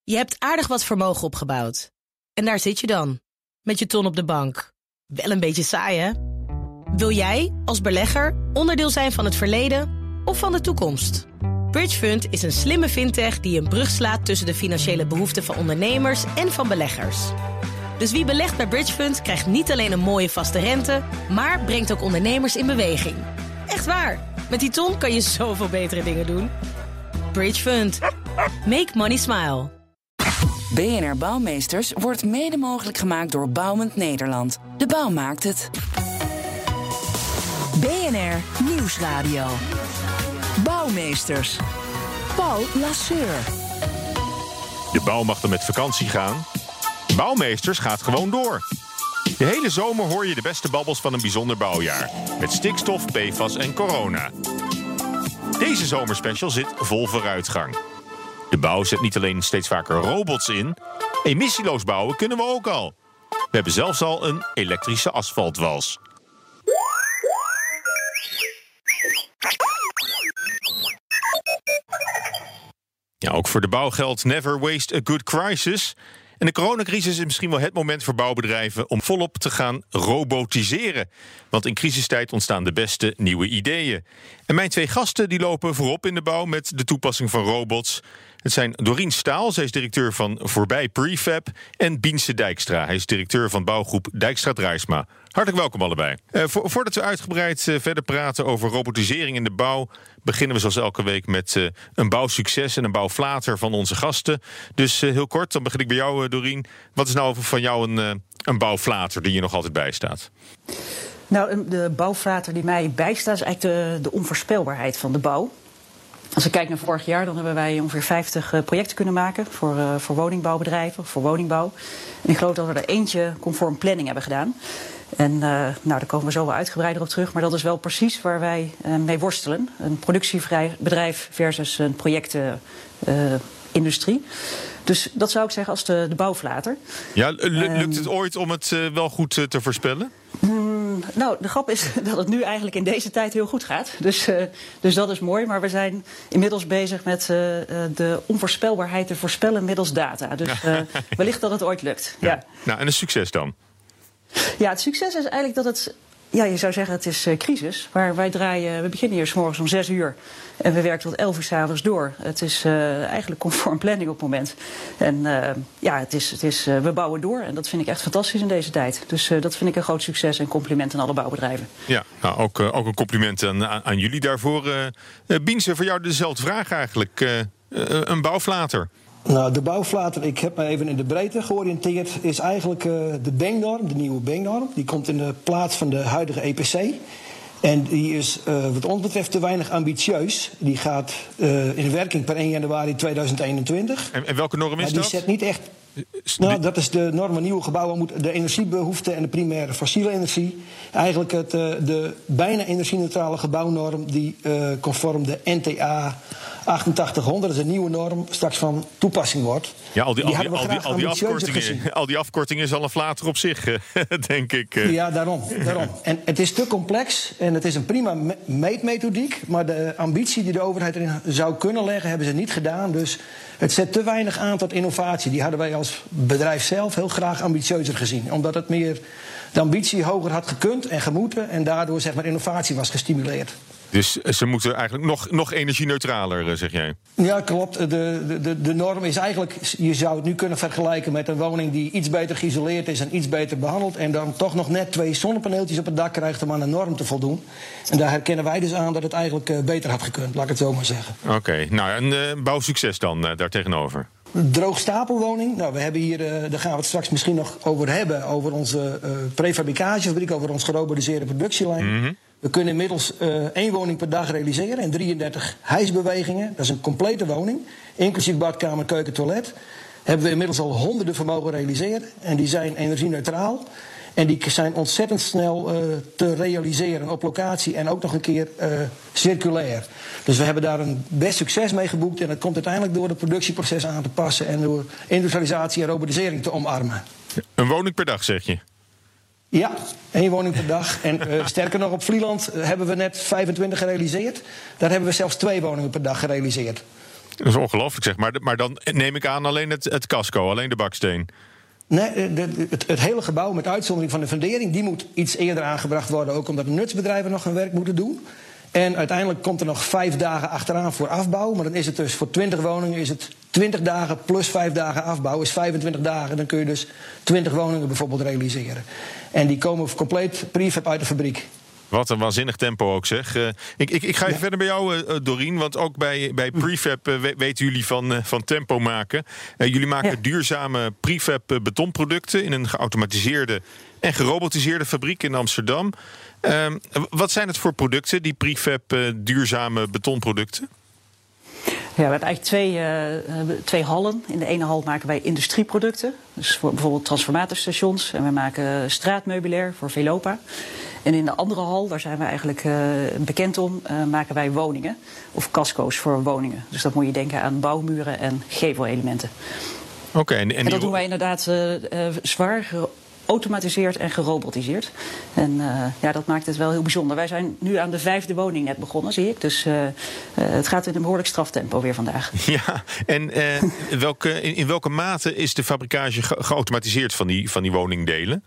Je hebt aardig wat vermogen opgebouwd. En daar zit je dan, met je ton op de bank. Wel een beetje saai, hè? Wil jij, als belegger, onderdeel zijn van het verleden of van de toekomst? Bridgefund is een slimme fintech die een brug slaat tussen de financiële behoeften van ondernemers en van beleggers. Dus wie belegt bij Bridgefund krijgt niet alleen een mooie vaste rente, maar brengt ook ondernemers in beweging. Echt waar, met die ton kan je zoveel betere dingen doen. Bridgefund. Make money smile. BNR Bouwmeesters wordt mede mogelijk gemaakt door Bouwend Nederland. De bouw maakt het. BNR Nieuwsradio. Bouwmeesters. Paul Lasseur. De bouw mag dan met vakantie gaan. Bouwmeesters gaat gewoon door. De hele zomer hoor je de beste babbels van een bijzonder bouwjaar. Met stikstof, PFAS en corona. Deze zomerspecial zit vol vooruitgang. De bouw zet niet alleen steeds vaker robots in. Emissieloos bouwen kunnen we ook al. We hebben zelfs al een elektrische asfaltwals. Ja, ook voor de bouw geldt never waste a good crisis. En de coronacrisis is misschien wel het moment voor bouwbedrijven om volop te gaan robotiseren. Want in crisistijd ontstaan de beste nieuwe ideeën. En mijn twee gasten die lopen voorop in de bouw met de toepassing van robots. Het zijn Dorien Staal, zij is directeur van Voorbij Prefab, en Biense Dijkstra, hij is directeur van bouwgroep Dijkstra Drijsma. Hartelijk welkom allebei. Voordat we uitgebreid verder praten over robotisering in de bouw, beginnen we zoals elke week met een bouwsucces en een bouwflater van onze gasten. Dus heel kort, dan begin ik bij jou, Dorien. Wat is nou van jou een bouwflater die je nog altijd bijstaat? Nou, de bouwflater die mij bijstaat is eigenlijk de onvoorspelbaarheid van de bouw. Als ik kijk naar vorig jaar, dan hebben wij ongeveer 50 projecten kunnen maken voor woningbouwbedrijven, voor woningbouw. En ik geloof dat we er eentje conform planning hebben gedaan. En daar komen we zo wel uitgebreider op terug. Maar dat is wel precies waar wij mee worstelen. Een productiebedrijf versus een projectindustrie. Dus dat zou ik zeggen als de bouwflater. Ja, lukt het ooit om het wel goed te voorspellen? Nou, de grap is dat het nu eigenlijk in deze tijd heel goed gaat. Dus dat is mooi. Maar we zijn inmiddels bezig met de onvoorspelbaarheid te voorspellen middels data. Dus wellicht dat het ooit lukt. Ja. Nou, en een succes dan? Ja, het succes is eigenlijk dat het... Ja, je zou zeggen het is crisis. Maar we beginnen hier 's morgens om 6 uur. En we werken tot 11 uur 's avonds door. Het is eigenlijk conform planning op het moment. En we bouwen door. En dat vind ik echt fantastisch in deze tijd. Dus dat vind ik een groot succes en compliment aan alle bouwbedrijven. Ja, nou, ook een compliment aan jullie daarvoor. Biense, voor jou dezelfde vraag eigenlijk. Een bouwflater. Nou, de bouwflater, ik heb me even in de breedte georiënteerd, is eigenlijk de BENG-norm, de nieuwe BENG-norm. Die komt in de plaats van de huidige EPC. En die is wat ons betreft te weinig ambitieus. Die gaat in werking per 1 januari 2021. En welke norm is dat? Die zet niet echt... Nou, dat is de norm van nieuwe gebouwen moet de energiebehoefte en de primaire fossiele energie. Eigenlijk de bijna energieneutrale gebouwnorm die conform de NTA 8800, dat is een nieuwe norm, straks van toepassing wordt. Ja, al die afkortingen is al een flater op zich, denk ik. Ja, daarom. En het is te complex en het is een prima meetmethodiek, maar de ambitie die de overheid erin zou kunnen leggen, hebben ze niet gedaan. Dus het zet te weinig aan tot innovatie. Die hadden wij als bedrijf zelf heel graag ambitieuzer gezien. Omdat het meer de ambitie hoger had gekund en gemoeten en daardoor zeg maar innovatie was gestimuleerd. Dus ze moeten eigenlijk nog energie-neutraler, zeg jij? Ja, klopt. De norm is eigenlijk, je zou het nu kunnen vergelijken met een woning die iets beter geïsoleerd is en iets beter behandeld en dan toch nog net 2 zonnepaneeltjes op het dak krijgt om aan de norm te voldoen. En daar herkennen wij dus aan dat het eigenlijk beter had gekund, laat ik het zo maar zeggen. Oké, nou, een bouwsucces dan daartegenover. Droogstapelwoning. Nou, we hebben hier, daar gaan we het straks misschien nog over hebben, over onze prefabricagefabriek, over ons gerobotiseerde productielijn. Mm-hmm. We kunnen inmiddels 1 woning per dag realiseren en 33 hijsbewegingen. Dat is een complete woning, inclusief badkamer, keuken, toilet. Hebben we inmiddels al honderden vermogen realiseren. En die zijn energie-neutraal. En die zijn ontzettend snel te realiseren op locatie en ook nog een keer circulair. Dus we hebben daar een best succes mee geboekt. En dat komt uiteindelijk door het productieproces aan te passen en door industrialisatie en robotisering te omarmen. Een woning per dag, zeg je? Ja, 1 woning per dag. En sterker nog, op Vlieland hebben we net 25 gerealiseerd. Daar hebben we zelfs 2 woningen per dag gerealiseerd. Dat is ongelooflijk, zeg. Maar dan neem ik aan alleen het casco, alleen de baksteen. Nee, het hele gebouw met uitzondering van de fundering, die moet iets eerder aangebracht worden, ook omdat de nutsbedrijven nog hun werk moeten doen. En uiteindelijk komt er nog 5 dagen achteraan voor afbouw. Maar dan is het dus voor 20 woningen is het 20 dagen plus 5 dagen afbouw is 25 dagen. Dan kun je dus 20 woningen bijvoorbeeld realiseren. En die komen compleet prefab uit de fabriek. Wat een waanzinnig tempo ook, zeg. Ik ga even verder bij jou, Dorien. Want ook bij prefab weten jullie van tempo maken. Jullie maken duurzame prefab betonproducten in een geautomatiseerde en gerobotiseerde fabriek in Amsterdam. Wat zijn het voor producten, die prefab duurzame betonproducten? Ja, we hebben eigenlijk twee hallen. In de ene hal maken wij industrieproducten. Dus voor bijvoorbeeld transformatorstations. En we maken straatmeubilair voor Velopa. En in de andere hal, daar zijn we eigenlijk bekend om, maken wij woningen. Of casco's voor woningen. Dus dat moet je denken aan bouwmuren en gevelelementen. Oké, en dat doen wij inderdaad zwaar geautomatiseerd en gerobotiseerd. En dat maakt het wel heel bijzonder. Wij zijn nu aan de 5e woning net begonnen, zie ik. Dus het gaat in een behoorlijk straftempo weer vandaag. Ja, en in welke mate is de fabrikage geautomatiseerd van die woningdelen?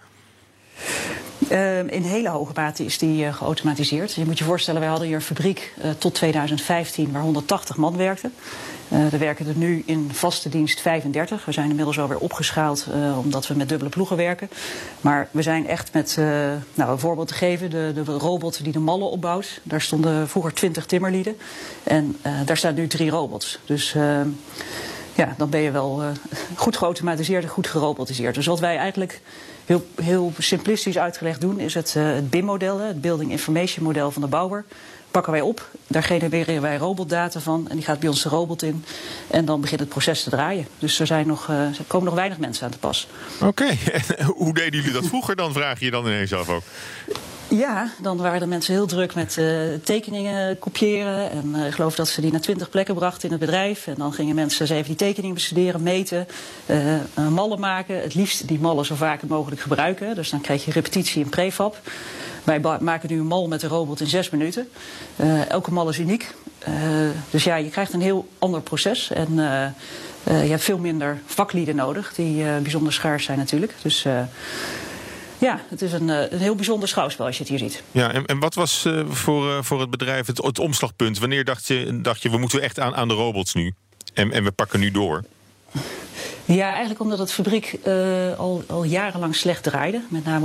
In hele hoge mate is die geautomatiseerd. Je moet je voorstellen, wij hadden hier een fabriek tot 2015 waar 180 man werkten. Er werken er nu in vaste dienst 35. We zijn inmiddels alweer opgeschaald omdat we met dubbele ploegen werken. Maar we zijn echt met, een voorbeeld te geven, de robot die de mallen opbouwt. Daar stonden vroeger 20 timmerlieden. En daar staan nu 3 robots. Dus dan ben je wel goed geautomatiseerd en goed gerobotiseerd. Dus wat wij eigenlijk heel simplistisch uitgelegd doen, is het BIM-model, het Building Information Model van de bouwer. Pakken wij op, daar genereren wij robotdata van en die gaat bij ons de robot in. En dan begint het proces te draaien. Dus er komen nog weinig mensen aan te pas. Oké, en hoe deden jullie dat vroeger dan, vraag je je dan ineens af ook? Ja, dan waren de mensen heel druk met tekeningen kopiëren. En ik geloof dat ze die naar 20 plekken brachten in het bedrijf. En dan gingen mensen eens even die tekeningen bestuderen, meten, mallen maken. Het liefst die mallen zo vaak mogelijk gebruiken. Dus dan krijg je repetitie in prefab. Wij maken nu een mal met de robot in 6 minuten. Elke mal is uniek. Dus ja, je krijgt een heel ander proces. En je hebt veel minder vaklieden nodig, die bijzonder schaars zijn natuurlijk. Dus het is een heel bijzonder schouwspel als je het hier ziet. Ja, en wat was voor het bedrijf het omslagpunt? Wanneer dacht je we moeten echt aan de robots nu? En we pakken nu door? Ja, eigenlijk omdat het fabriek al jarenlang slecht draaide. Met name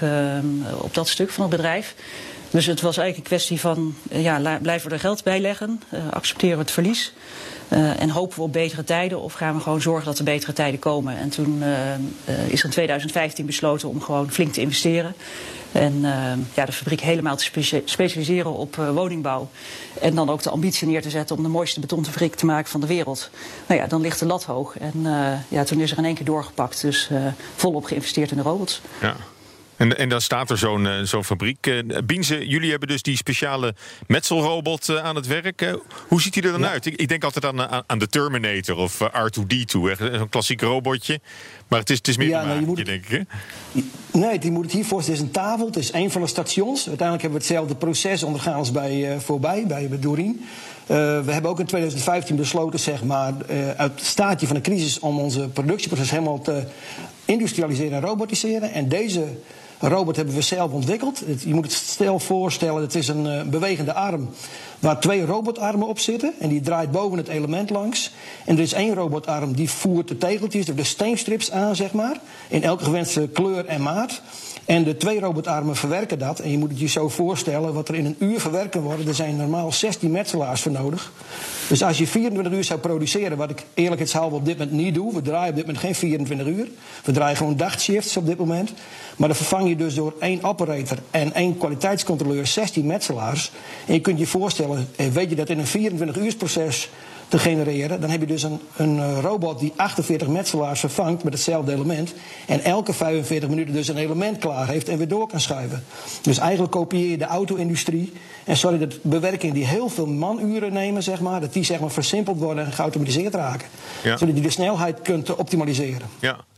op dat stuk van het bedrijf. Dus het was eigenlijk een kwestie van, blijven we er geld bij leggen? Accepteren we het verlies? En hopen we op betere tijden of gaan we gewoon zorgen dat er betere tijden komen? En toen is er in 2015 besloten om gewoon flink te investeren. En de fabriek helemaal te specialiseren op woningbouw. En dan ook de ambitie neer te zetten om de mooiste betonfabriek te maken van de wereld. Nou ja, dan ligt de lat hoog. En toen is er in één keer doorgepakt. Dus volop geïnvesteerd in de robots. Ja. En dan staat er zo'n fabriek. Biense, jullie hebben dus die speciale metselrobot aan het werk. Hoe ziet die er dan uit? Ik denk altijd aan de Terminator of R2-D2. Zo'n klassiek robotje. Maar het is meer een maatje, denk ik. Hè? Nee, je moet het hier voorstellen. Het is een tafel, het is een van de stations. Uiteindelijk hebben we hetzelfde proces ondergaan als bij Dorien. We hebben ook in 2015 besloten, zeg maar, uit het staatje van de crisis om onze productieproces helemaal te industrialiseren en robotiseren. En deze robot hebben we zelf ontwikkeld. Je moet het stel voorstellen, het is een bewegende arm waar 2 robotarmen op zitten. En die draait boven het element langs. En er is 1 robotarm die voert de tegeltjes, de steenstrips aan, zeg maar. In elke gewenste kleur en maat. En de 2 robotarmen verwerken dat. En je moet het je zo voorstellen, wat er in een uur verwerkt kan worden. Er zijn normaal 16 metselaars voor nodig. Dus als je 24 uur zou produceren, wat ik eerlijkheidshalve op dit moment niet doe. We draaien op dit moment geen 24 uur. We draaien gewoon dagshifts op dit moment. Maar dan vervang je dus door 1 operator en 1 kwaliteitscontroleur 16 metselaars. En je kunt je voorstellen, weet je dat in een 24-uursproces te genereren, dan heb je dus een robot die 48 metselaars vervangt met hetzelfde element. En elke 45 minuten dus een element klaar heeft en weer door kan schuiven. Dus eigenlijk kopieer je de auto-industrie. En sorry, dat bewerking die heel veel manuren nemen, zeg maar, dat die zeg maar versimpeld worden en geautomatiseerd raken. Ja. Zodat je de snelheid kunt optimaliseren. Ja.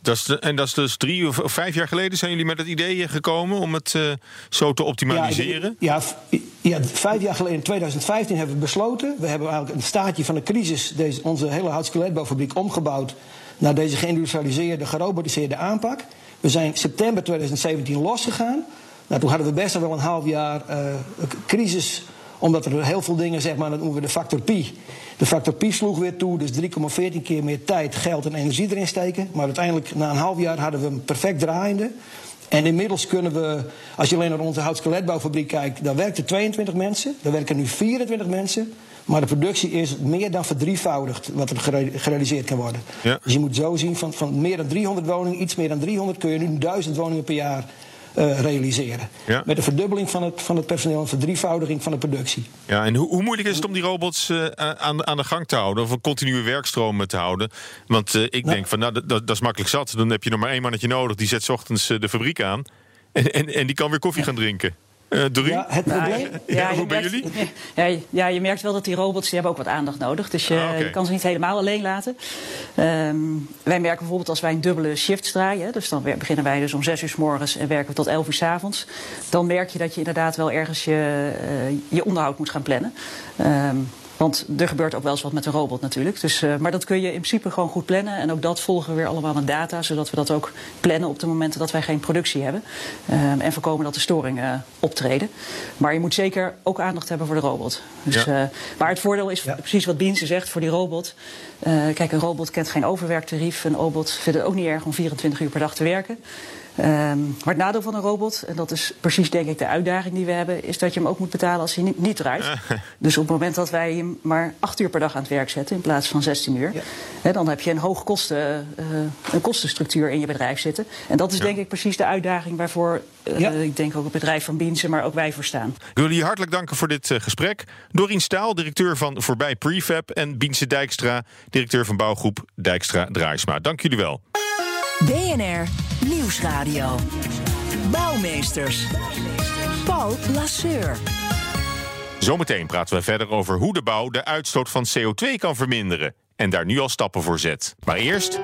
Dat is dus 3 of 5 jaar geleden zijn jullie met het idee gekomen om het zo te optimaliseren? Ja, 5 jaar geleden, in 2015, hebben we besloten. We hebben eigenlijk een staartje van de crisis onze hele houtskeletbouwfabriek omgebouwd naar deze geïndustrialiseerde, gerobotiseerde aanpak. We zijn september 2017 losgegaan. Nou, toen hadden we best wel een half jaar crisis, omdat er heel veel dingen, zeg maar, dat noemen we de factor pi. De factor pi sloeg weer toe, dus 3,14 keer meer tijd, geld en energie erin steken. Maar uiteindelijk, na een half jaar, hadden we hem perfect draaiende. En inmiddels kunnen we, als je alleen naar onze houtskeletbouwfabriek kijkt, daar werkten 22 mensen. Daar werken nu 24 mensen. Maar de productie is meer dan verdrievoudigd wat er gerealiseerd kan worden. Ja. Dus je moet zo zien, van meer dan 300 woningen, iets meer dan 300, kun je nu 1000 woningen per jaar realiseren. Ja. Met een verdubbeling van het personeel en verdrievoudiging van de productie. Ja, en hoe moeilijk is het om die robots aan de gang te houden? Of een continue werkstroom te houden? Want ik denk van, dat is makkelijk zat. Dan heb je nog maar 1 mannetje nodig. Die zet 's ochtends de fabriek aan. En die kan weer koffie gaan drinken. Ja, het probleem. Hoe bij jullie? Ja, je merkt wel dat die robots, die hebben ook wat aandacht nodig. Dus je kan ze niet helemaal alleen laten. Wij merken bijvoorbeeld als wij een dubbele shift draaien. Dus dan beginnen wij dus om 6 uur 's morgens en werken we tot 11 uur 's avonds. Dan merk je dat je inderdaad wel ergens je onderhoud moet gaan plannen. Want er gebeurt ook wel eens wat met de robot natuurlijk. Dus, maar dat kun je in principe gewoon goed plannen. En ook dat volgen we weer allemaal met data. Zodat we dat ook plannen op de momenten dat wij geen productie hebben. En voorkomen dat de storingen optreden. Maar je moet zeker ook aandacht hebben voor de robot. Dus, maar het voordeel is precies wat Biense zegt voor die robot. Kijk, een robot kent geen overwerktarief. Een robot vindt het ook niet erg om 24 uur per dag te werken. Maar het nadeel van een robot, en dat is precies denk ik de uitdaging die we hebben, is dat je hem ook moet betalen als hij niet draait. Dus op het moment dat wij hem maar 8 uur per dag aan het werk zetten in plaats van 16 uur, dan heb je een hoge kostenstructuur in je bedrijf zitten. En dat is denk ik precies de uitdaging waarvoor ik denk ook het bedrijf van Biense, maar ook wij voor staan. Ik wil jullie hartelijk danken voor dit gesprek. Dorien Staal, directeur van Voorbij Prefab, en Biense Dijkstra, directeur van bouwgroep Dijkstra Draaisma. Dank jullie wel. BNR Nieuwsradio. Bouwmeesters. Paul Lasseur. Zometeen praten we verder over hoe de bouw de uitstoot van CO2 kan verminderen. En daar nu al stappen voor zet. Maar eerst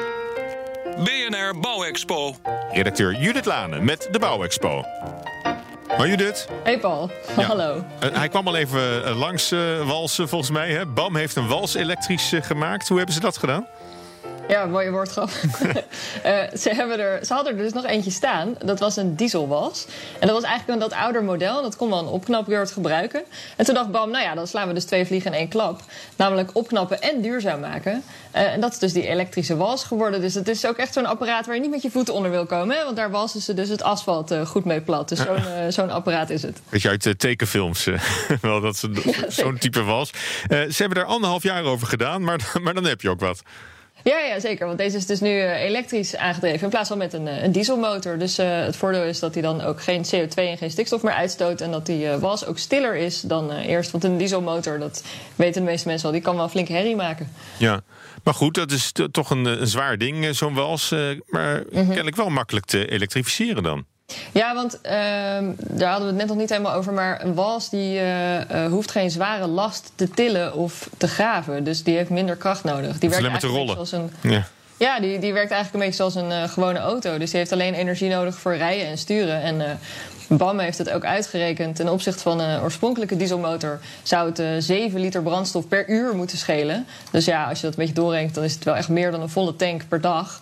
BNR Bouwexpo. Redacteur Judith Lane met de Bouwexpo. Hoi Judith. Hey Paul, hallo. Hij kwam al even langs walsen volgens mij. Hè? BAM heeft een wals elektrisch gemaakt. Hoe hebben ze dat gedaan? Ja, mooie woordgrap. Ze hadden er dus nog eentje staan. Dat was een dieselwals. En dat was eigenlijk een dat ouder model. En dat kon wel een opknapbeurt gebruiken. En toen dacht BAM, nou ja, dan slaan we dus 2 vliegen in 1 klap. Namelijk opknappen en duurzaam maken. En dat is dus die elektrische wals geworden. Dus het is ook echt zo'n apparaat waar je niet met je voeten onder wil komen. Hè? Want daar walsen ze dus het asfalt goed mee plat. Dus zo'n apparaat is het. Weet je, uit tekenfilms wel dat ze zo'n type wals. Ze hebben daar 1,5 jaar over gedaan, maar dan heb je ook wat. Ja, zeker. Want deze is dus nu elektrisch aangedreven in plaats van met een dieselmotor. Dus het voordeel is dat hij dan ook geen CO2 en geen stikstof meer uitstoot. En dat die wals ook stiller is dan eerst. Want een dieselmotor, dat weten de meeste mensen al, die kan wel flink herrie maken. Ja, maar goed, dat is toch een zwaar ding, zo'n wals. Maar kennelijk wel makkelijk te elektrificeren dan. Ja, want daar hadden we het net nog niet helemaal over. Maar een wals die hoeft geen zware last te tillen of te graven. Dus die heeft minder kracht nodig. Die werkt alleen maar te rollen. Zoals die werkt eigenlijk een beetje zoals een gewone auto. Dus die heeft alleen energie nodig voor rijden en sturen. En BAM heeft het ook uitgerekend. Ten opzichte van een oorspronkelijke dieselmotor zou het 7 liter brandstof per uur moeten schelen. Dus ja, als je dat een beetje doorrekent, dan is het wel echt meer dan een volle tank per dag.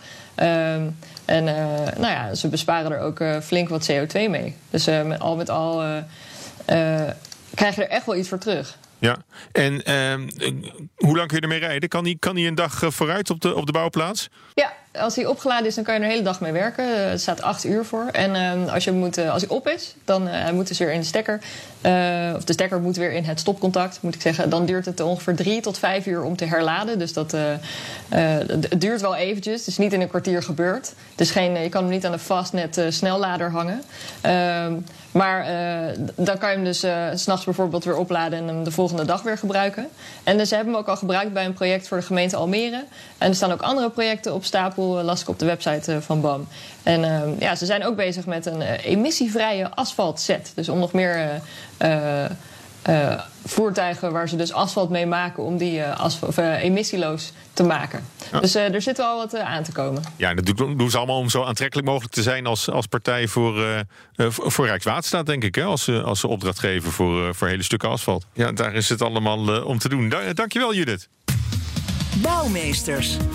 Ze besparen er ook flink wat CO2 mee. Dus met al krijg je er echt wel iets voor terug. Ja, en hoe lang kun je ermee rijden? Kan die een dag vooruit op de bouwplaats? Ja, als hij opgeladen is, dan kan je er de hele dag mee werken. Er staat 8 uur voor. En als hij op is, dan moet dus weer in de stekker. Of de stekker moet weer in het stopcontact, moet ik zeggen. Dan duurt het ongeveer 3 tot 5 uur om te herladen. Dus het duurt wel eventjes. Het is niet in een kwartier gebeurd. Dus je kan hem niet aan de Fastnet snellader hangen. Maar dan kan je hem dus 's nachts bijvoorbeeld weer opladen en hem de volgende dag weer gebruiken. En dus ze hebben hem ook al gebruikt bij een project voor de gemeente Almere. En er staan ook andere projecten op stapel, las ik op de website van BAM. En ze zijn ook bezig met een emissievrije asfaltset. Dus om nog meer voertuigen waar ze dus asfalt mee maken om die emissieloos te maken. Ja. Dus er zit wel wat aan te komen. Ja, en dat doen ze allemaal om zo aantrekkelijk mogelijk te zijn als partij voor Rijkswaterstaat, denk ik. Hè? Als ze opdracht geven voor hele stukken asfalt. Ja, daar is het allemaal om te doen. Dankjewel, Judith. Bouwmeesters.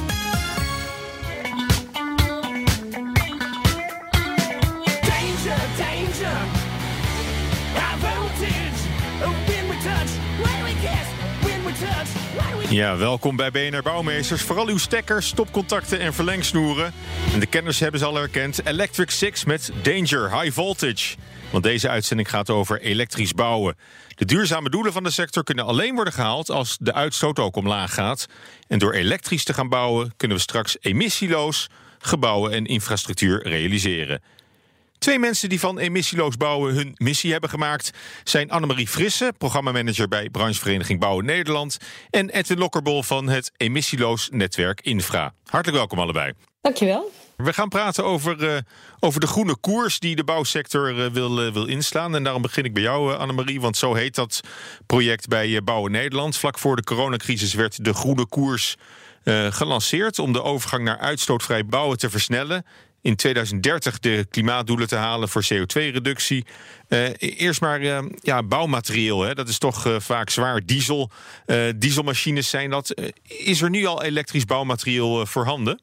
Ja, welkom bij BNR Bouwmeesters. Vooral uw stekkers, stopcontacten en verlengsnoeren. En de kenners hebben ze al herkend. Electric Six met Danger, High Voltage. Want deze uitzending gaat over elektrisch bouwen. De duurzame doelen van de sector kunnen alleen worden gehaald als de uitstoot ook omlaag gaat. En door elektrisch te gaan bouwen kunnen we straks emissieloos gebouwen en infrastructuur realiseren. 2 mensen die van emissieloos bouwen hun missie hebben gemaakt zijn Annemarie Frisse, programmamanager bij branchevereniging Bouwen Nederland, en Edwin Lokkerbol van het emissieloos netwerk Infra. Hartelijk welkom allebei. Dankjewel. We gaan praten over de groene koers die de bouwsector wil inslaan. En daarom begin ik bij jou, Annemarie, want zo heet dat project bij Bouwen Nederland. Vlak voor de coronacrisis werd de groene koers gelanceerd om de overgang naar uitstootvrij bouwen te versnellen. In 2030 de klimaatdoelen te halen voor CO2-reductie. Eerst maar bouwmaterieel. Hè. Dat is toch vaak zwaar diesel. Dieselmachines zijn dat. Is er nu al elektrisch bouwmaterieel voorhanden?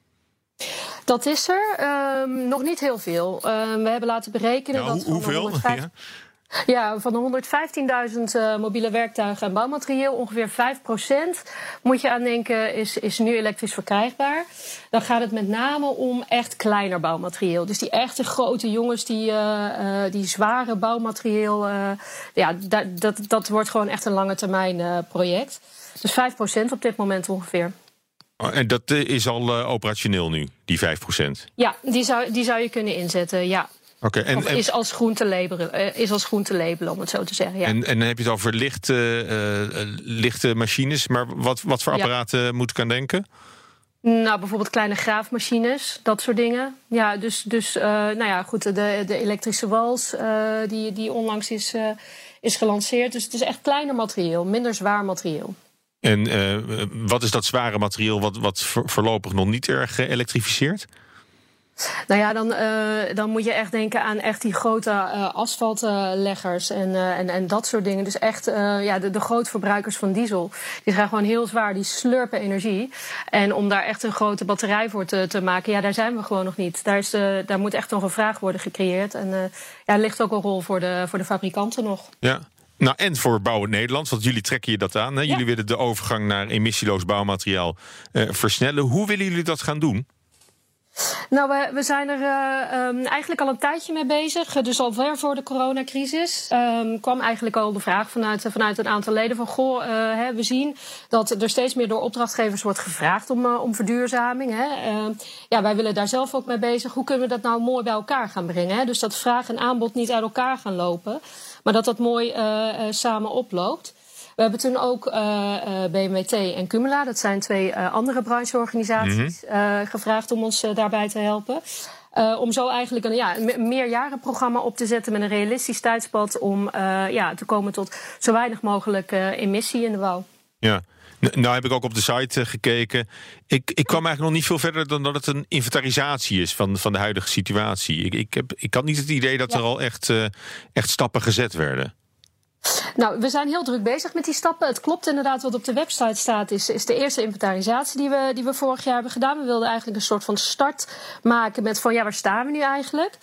Dat is er. Nog niet heel veel. We hebben laten berekenen dat hoeveel? Van de 115.000 mobiele werktuigen en bouwmaterieel, ongeveer 5% moet je aan denken is nu elektrisch verkrijgbaar. Dan gaat het met name om echt kleiner bouwmaterieel. Dus die echte grote jongens, die zware bouwmaterieel, dat wordt gewoon echt een lange termijn project. Dus 5% op dit moment ongeveer. En dat is al operationeel nu, die 5%? Ja, die zou je kunnen inzetten, ja. Okay, is als groen te labelen, om het zo te zeggen. Ja. En dan heb je het over lichte machines. Maar wat voor apparaten moet ik aan denken? Nou, bijvoorbeeld kleine graafmachines, dat soort dingen. Ja, dus de elektrische wals die onlangs is gelanceerd. Dus het is echt kleiner materieel, minder zwaar materieel. En wat is dat zware materieel wat voorlopig nog niet erg geëlektrificeerd? Nou ja, dan moet je echt denken aan echt die grote asfaltleggers en dat soort dingen. Dus echt de grootverbruikers van diesel. Die gaan gewoon heel zwaar, die slurpen energie. En om daar echt een grote batterij voor te maken, daar zijn we gewoon nog niet. Daar moet echt nog een vraag worden gecreëerd. En er ligt ook een rol voor de fabrikanten nog. Ja. Nou, en voor Bouwen Nederland, want jullie trekken je dat aan. Hè? Ja. Jullie willen de overgang naar emissieloos bouwmateriaal versnellen. Hoe willen jullie dat gaan doen? Nou, we zijn er eigenlijk al een tijdje mee bezig. Dus al ver voor de coronacrisis kwam eigenlijk al de vraag vanuit een aantal leden van... we zien dat er steeds meer door opdrachtgevers wordt gevraagd om verduurzaming. Wij willen daar zelf ook mee bezig. Hoe kunnen we dat nou mooi bij elkaar gaan brengen? Hè? Dus dat vraag en aanbod niet uit elkaar gaan lopen, maar dat mooi samen oploopt. We hebben toen ook BMWT en Cumula, dat zijn 2 andere brancheorganisaties, gevraagd om ons daarbij te helpen. Om zo eigenlijk een meerjarenprogramma op te zetten met een realistisch tijdspad om te komen tot zo weinig mogelijk emissie in de bouw. Ja. Nou heb ik ook op de site gekeken. Ik kwam eigenlijk nog niet veel verder dan dat het een inventarisatie is van de huidige situatie. Ik had niet het idee dat er al echt stappen gezet werden. Nou, we zijn heel druk bezig met die stappen. Het klopt inderdaad wat op de website staat, is de eerste inventarisatie die we vorig jaar hebben gedaan. We wilden eigenlijk een soort van start maken met van waar staan we nu eigenlijk?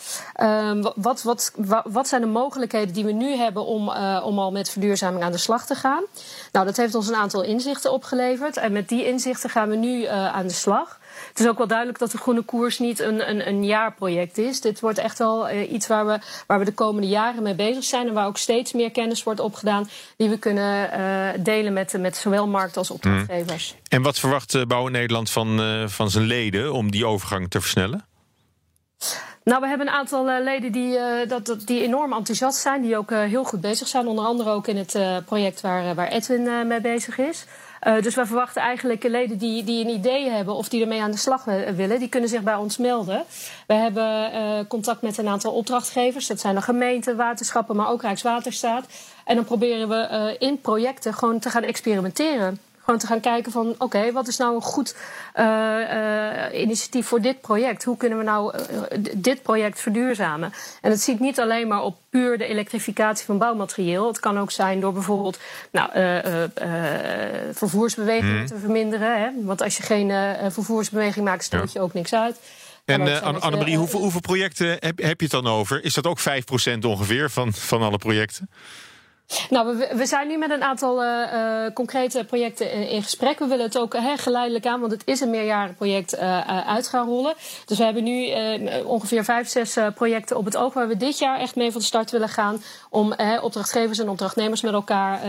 Wat zijn de mogelijkheden die we nu hebben om al met verduurzaming aan de slag te gaan? Nou, dat heeft ons een aantal inzichten opgeleverd. En met die inzichten gaan we nu aan de slag. Het is ook wel duidelijk dat de groene koers niet een jaarproject is. Dit wordt echt wel iets waar we de komende jaren mee bezig zijn. En waar ook steeds meer kennis wordt opgedaan die we kunnen delen met zowel markt als opdrachtgevers. En wat verwacht Bouwen Nederland van zijn leden om die overgang te versnellen? Nou, we hebben een aantal leden die enorm enthousiast zijn. Die ook heel goed bezig zijn. Onder andere ook in het project waar Edwin mee bezig is. Dus wij verwachten eigenlijk leden die een idee hebben of die ermee aan de slag willen, die kunnen zich bij ons melden. We hebben contact met een aantal opdrachtgevers. Dat zijn de gemeenten, waterschappen, maar ook Rijkswaterstaat. En dan proberen we in projecten gewoon te gaan experimenteren. Gewoon te gaan kijken van, oké, wat is nou een goed initiatief voor dit project? Hoe kunnen we nou dit project verduurzamen? En het ziet niet alleen maar op puur de elektrificatie van bouwmaterieel. Het kan ook zijn door bijvoorbeeld vervoersbewegingen te verminderen. Hè? Want als je geen vervoersbeweging maakt, stoot je ook niks uit. En Annemarie, hoeveel projecten heb je het dan over? Is dat ook 5% ongeveer van alle projecten? Nou, we zijn nu met een aantal concrete projecten in gesprek. We willen het ook geleidelijk aan, want het is een meerjarig project, uit gaan rollen. Dus we hebben nu ongeveer 5-6 projecten op het oog waar we dit jaar echt mee van start willen gaan om opdrachtgevers en opdrachtnemers met elkaar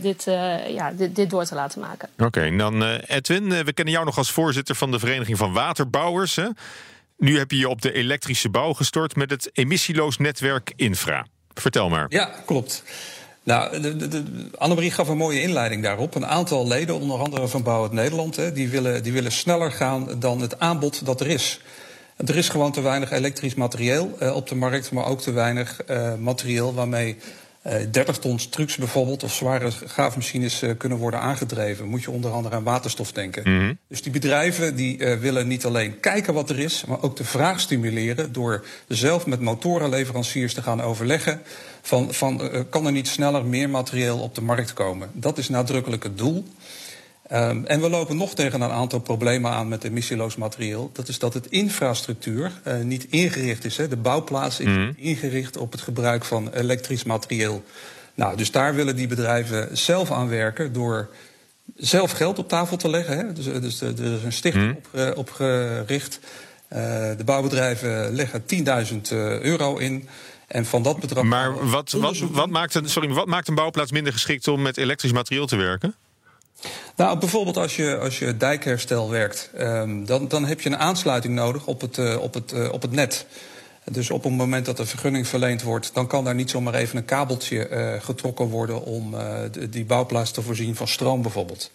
dit door te laten maken. Oké, en dan Edwin, we kennen jou nog als voorzitter van de Vereniging van Waterbouwers. Hè? Nu heb je je op de elektrische bouw gestort met het emissieloos netwerk Infra. Vertel maar. Ja, klopt. Nou, Annemarie gaf een mooie inleiding daarop. Een aantal leden, onder andere van Bouw het Nederland, die willen sneller gaan dan het aanbod dat er is. Er is gewoon te weinig elektrisch materieel op de markt, maar ook te weinig materieel waarmee 30 tons trucks bijvoorbeeld of zware graafmachines kunnen worden aangedreven. Moet je onder andere aan waterstof denken. Mm-hmm. Dus die bedrijven die willen niet alleen kijken wat er is, maar ook de vraag stimuleren door zelf met motorenleveranciers te gaan overleggen kan er niet sneller meer materieel op de markt komen. Dat is nadrukkelijk het doel. En we lopen nog tegen een aantal problemen aan met emissieloos materieel. Dat is dat het infrastructuur niet ingericht is. Hè. De bouwplaats is niet ingericht op het gebruik van elektrisch materieel. Nou, dus daar willen die bedrijven zelf aan werken door zelf geld op tafel te leggen. Hè. Dus er is een stichting opgericht. De bouwbedrijven leggen €10.000 in. En van dat bedrag. Maar wat maakt een bouwplaats minder geschikt om met elektrisch materieel te werken? Nou, bijvoorbeeld als je dijkherstel werkt, dan heb je een aansluiting nodig op het net. Dus op het moment dat de vergunning verleend wordt, dan kan daar niet zomaar even een kabeltje getrokken worden om die bouwplaats te voorzien van stroom bijvoorbeeld.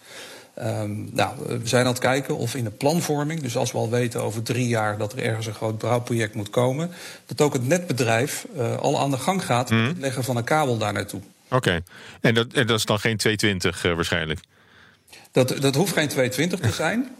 We zijn aan het kijken of in de planvorming, dus als we al weten over 3 jaar dat er ergens een groot bouwproject moet komen, dat ook het netbedrijf al aan de gang gaat met het leggen van een kabel daar naartoe. Oké. En dat is dan geen 220 waarschijnlijk? Dat hoeft geen 220 te zijn.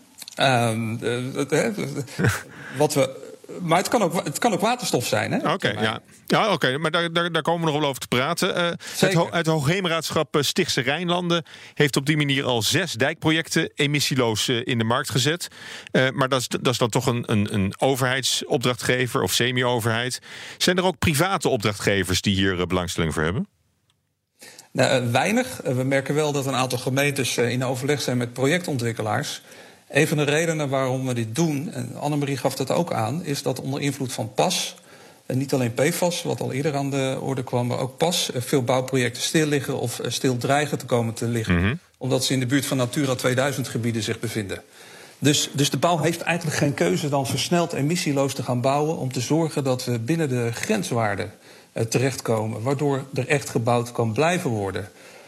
Maar het kan ook waterstof zijn. Oké, maar daar komen we nog wel over te praten. Het Hoogheemraadschap Stichtse Rijnlanden heeft op die manier al 6 dijkprojecten emissieloos in de markt gezet. Maar dat is dan toch een overheidsopdrachtgever of semi-overheid. Zijn er ook private opdrachtgevers die hier belangstelling voor hebben? Nou, weinig. We merken wel dat een aantal gemeentes in overleg zijn met projectontwikkelaars. Een van de redenen waarom we dit doen, en Annemarie gaf dat ook aan, is dat onder invloed van PAS, en niet alleen PFAS, wat al eerder aan de orde kwam, maar ook PAS, veel bouwprojecten stil liggen of stil dreigen te komen te liggen. Omdat ze in de buurt van Natura 2000 gebieden zich bevinden. Dus de bouw heeft eigenlijk geen keuze dan versneld emissieloos te gaan bouwen om te zorgen dat we binnen de grenswaarden terechtkomen, waardoor er echt gebouwd kan blijven worden.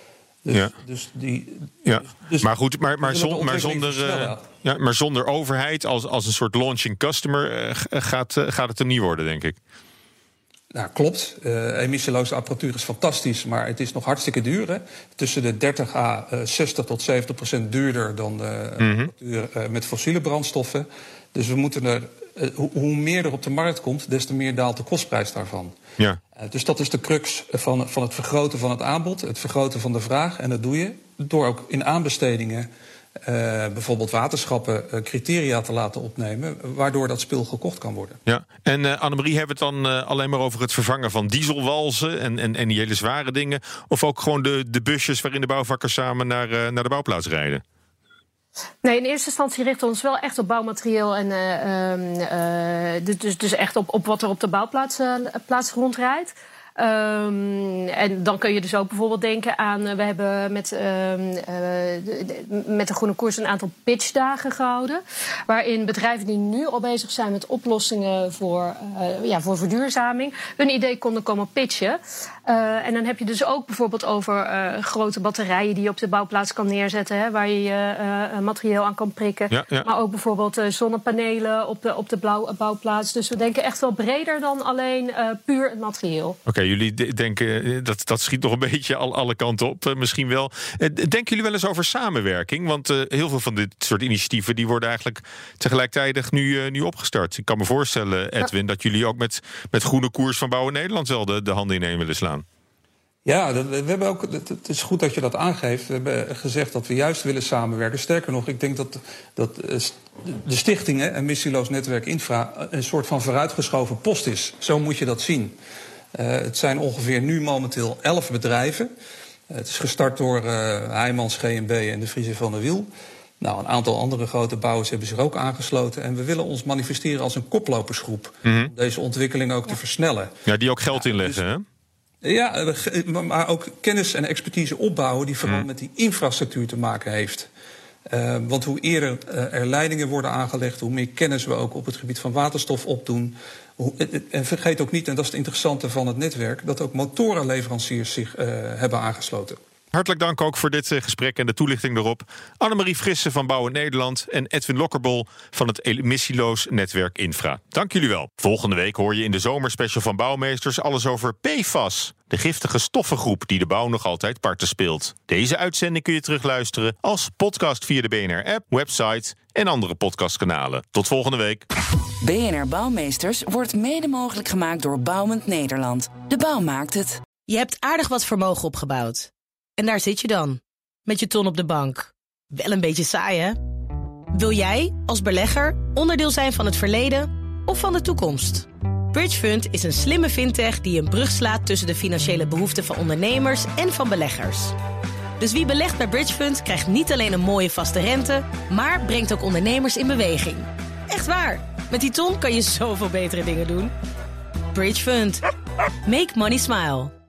Maar goed, maar zonder overheid als een soort launching customer gaat het er niet worden, denk ik. Nou, klopt. Emissieloze apparatuur is fantastisch, maar het is nog hartstikke duur. Hè? Tussen de 30 à 60 tot 70% duurder dan de apparatuur met fossiele brandstoffen. Dus we moeten hoe meer er op de markt komt, des te meer daalt de kostprijs daarvan. Ja. Dus dat is de crux van het vergroten van het aanbod, het vergroten van de vraag. En dat doe je door ook in aanbestedingen bijvoorbeeld waterschappen criteria te laten opnemen, waardoor dat spul gekocht kan worden. Ja. En Annemarie, hebben we het dan alleen maar over het vervangen van dieselwalzen en die hele zware dingen? Of ook gewoon de busjes waarin de bouwvakkers samen naar de bouwplaats rijden? Nee, in eerste instantie richten we ons wel echt op bouwmaterieel en dus echt op wat er op de bouwplaats rondrijdt. En dan kun je dus ook bijvoorbeeld denken aan... we hebben met de Groene Koers een aantal pitchdagen gehouden... waarin bedrijven die nu al bezig zijn met oplossingen voor verduurzaming... hun idee konden komen pitchen. En dan heb je dus ook bijvoorbeeld over grote batterijen... die je op de bouwplaats kan neerzetten, hè, waar je materieel aan kan prikken. Ja. Maar ook bijvoorbeeld zonnepanelen op de bouwplaats. Dus we denken echt wel breder dan alleen puur het materieel. Oké, jullie denken, dat schiet nog een beetje alle kanten op, misschien wel. Denken jullie wel eens over samenwerking? Want heel veel van dit soort initiatieven... die worden eigenlijk tegelijkertijd nu opgestart. Ik kan me voorstellen, Edwin, dat jullie ook met Groene Koers van Bouwen Nederland... wel de handen ineen willen slaan. Ja, we hebben ook, het is goed dat je dat aangeeft. We hebben gezegd dat we juist willen samenwerken. Sterker nog, ik denk dat de stichtingen en Missieloos Netwerk Infra... een soort van vooruitgeschoven post is. Zo moet je dat zien. Het zijn ongeveer nu momenteel 11 bedrijven. Het is gestart door Heijmans, G&B en de Friese van der Wiel. Nou, een aantal andere grote bouwers hebben zich ook aangesloten. En we willen ons manifesteren als een koplopersgroep. Om deze ontwikkeling ook te versnellen. Ja, die ook geld inleggen, hè? Ja, maar ook kennis en expertise opbouwen... die vooral met die infrastructuur te maken heeft. Want hoe eerder er leidingen worden aangelegd... hoe meer kennis we ook op het gebied van waterstof opdoen. En vergeet ook niet, en dat is het interessante van het netwerk... dat ook motorenleveranciers zich hebben aangesloten. Hartelijk dank ook voor dit gesprek en de toelichting erop. Annemarie Frisse van Bouwen Nederland en Edwin Lokkerbol van het Emissieloos Netwerk Infra. Dank jullie wel. Volgende week hoor je in de zomerspecial van Bouwmeesters alles over PFAS. De giftige stoffengroep die de bouw nog altijd parten speelt. Deze uitzending kun je terugluisteren als podcast via de BNR-app, website en andere podcastkanalen. Tot volgende week. BNR Bouwmeesters wordt mede mogelijk gemaakt door Bouwend Nederland. De bouw maakt het. Je hebt aardig wat vermogen opgebouwd. En daar zit je dan, met je ton op de bank. Wel een beetje saai, hè? Wil jij, als belegger, onderdeel zijn van het verleden of van de toekomst? Bridgefund is een slimme fintech die een brug slaat tussen de financiële behoeften van ondernemers en van beleggers. Dus wie belegt bij Bridgefund krijgt niet alleen een mooie vaste rente, maar brengt ook ondernemers in beweging. Echt waar, met die ton kan je zoveel betere dingen doen. Bridgefund. Make money smile.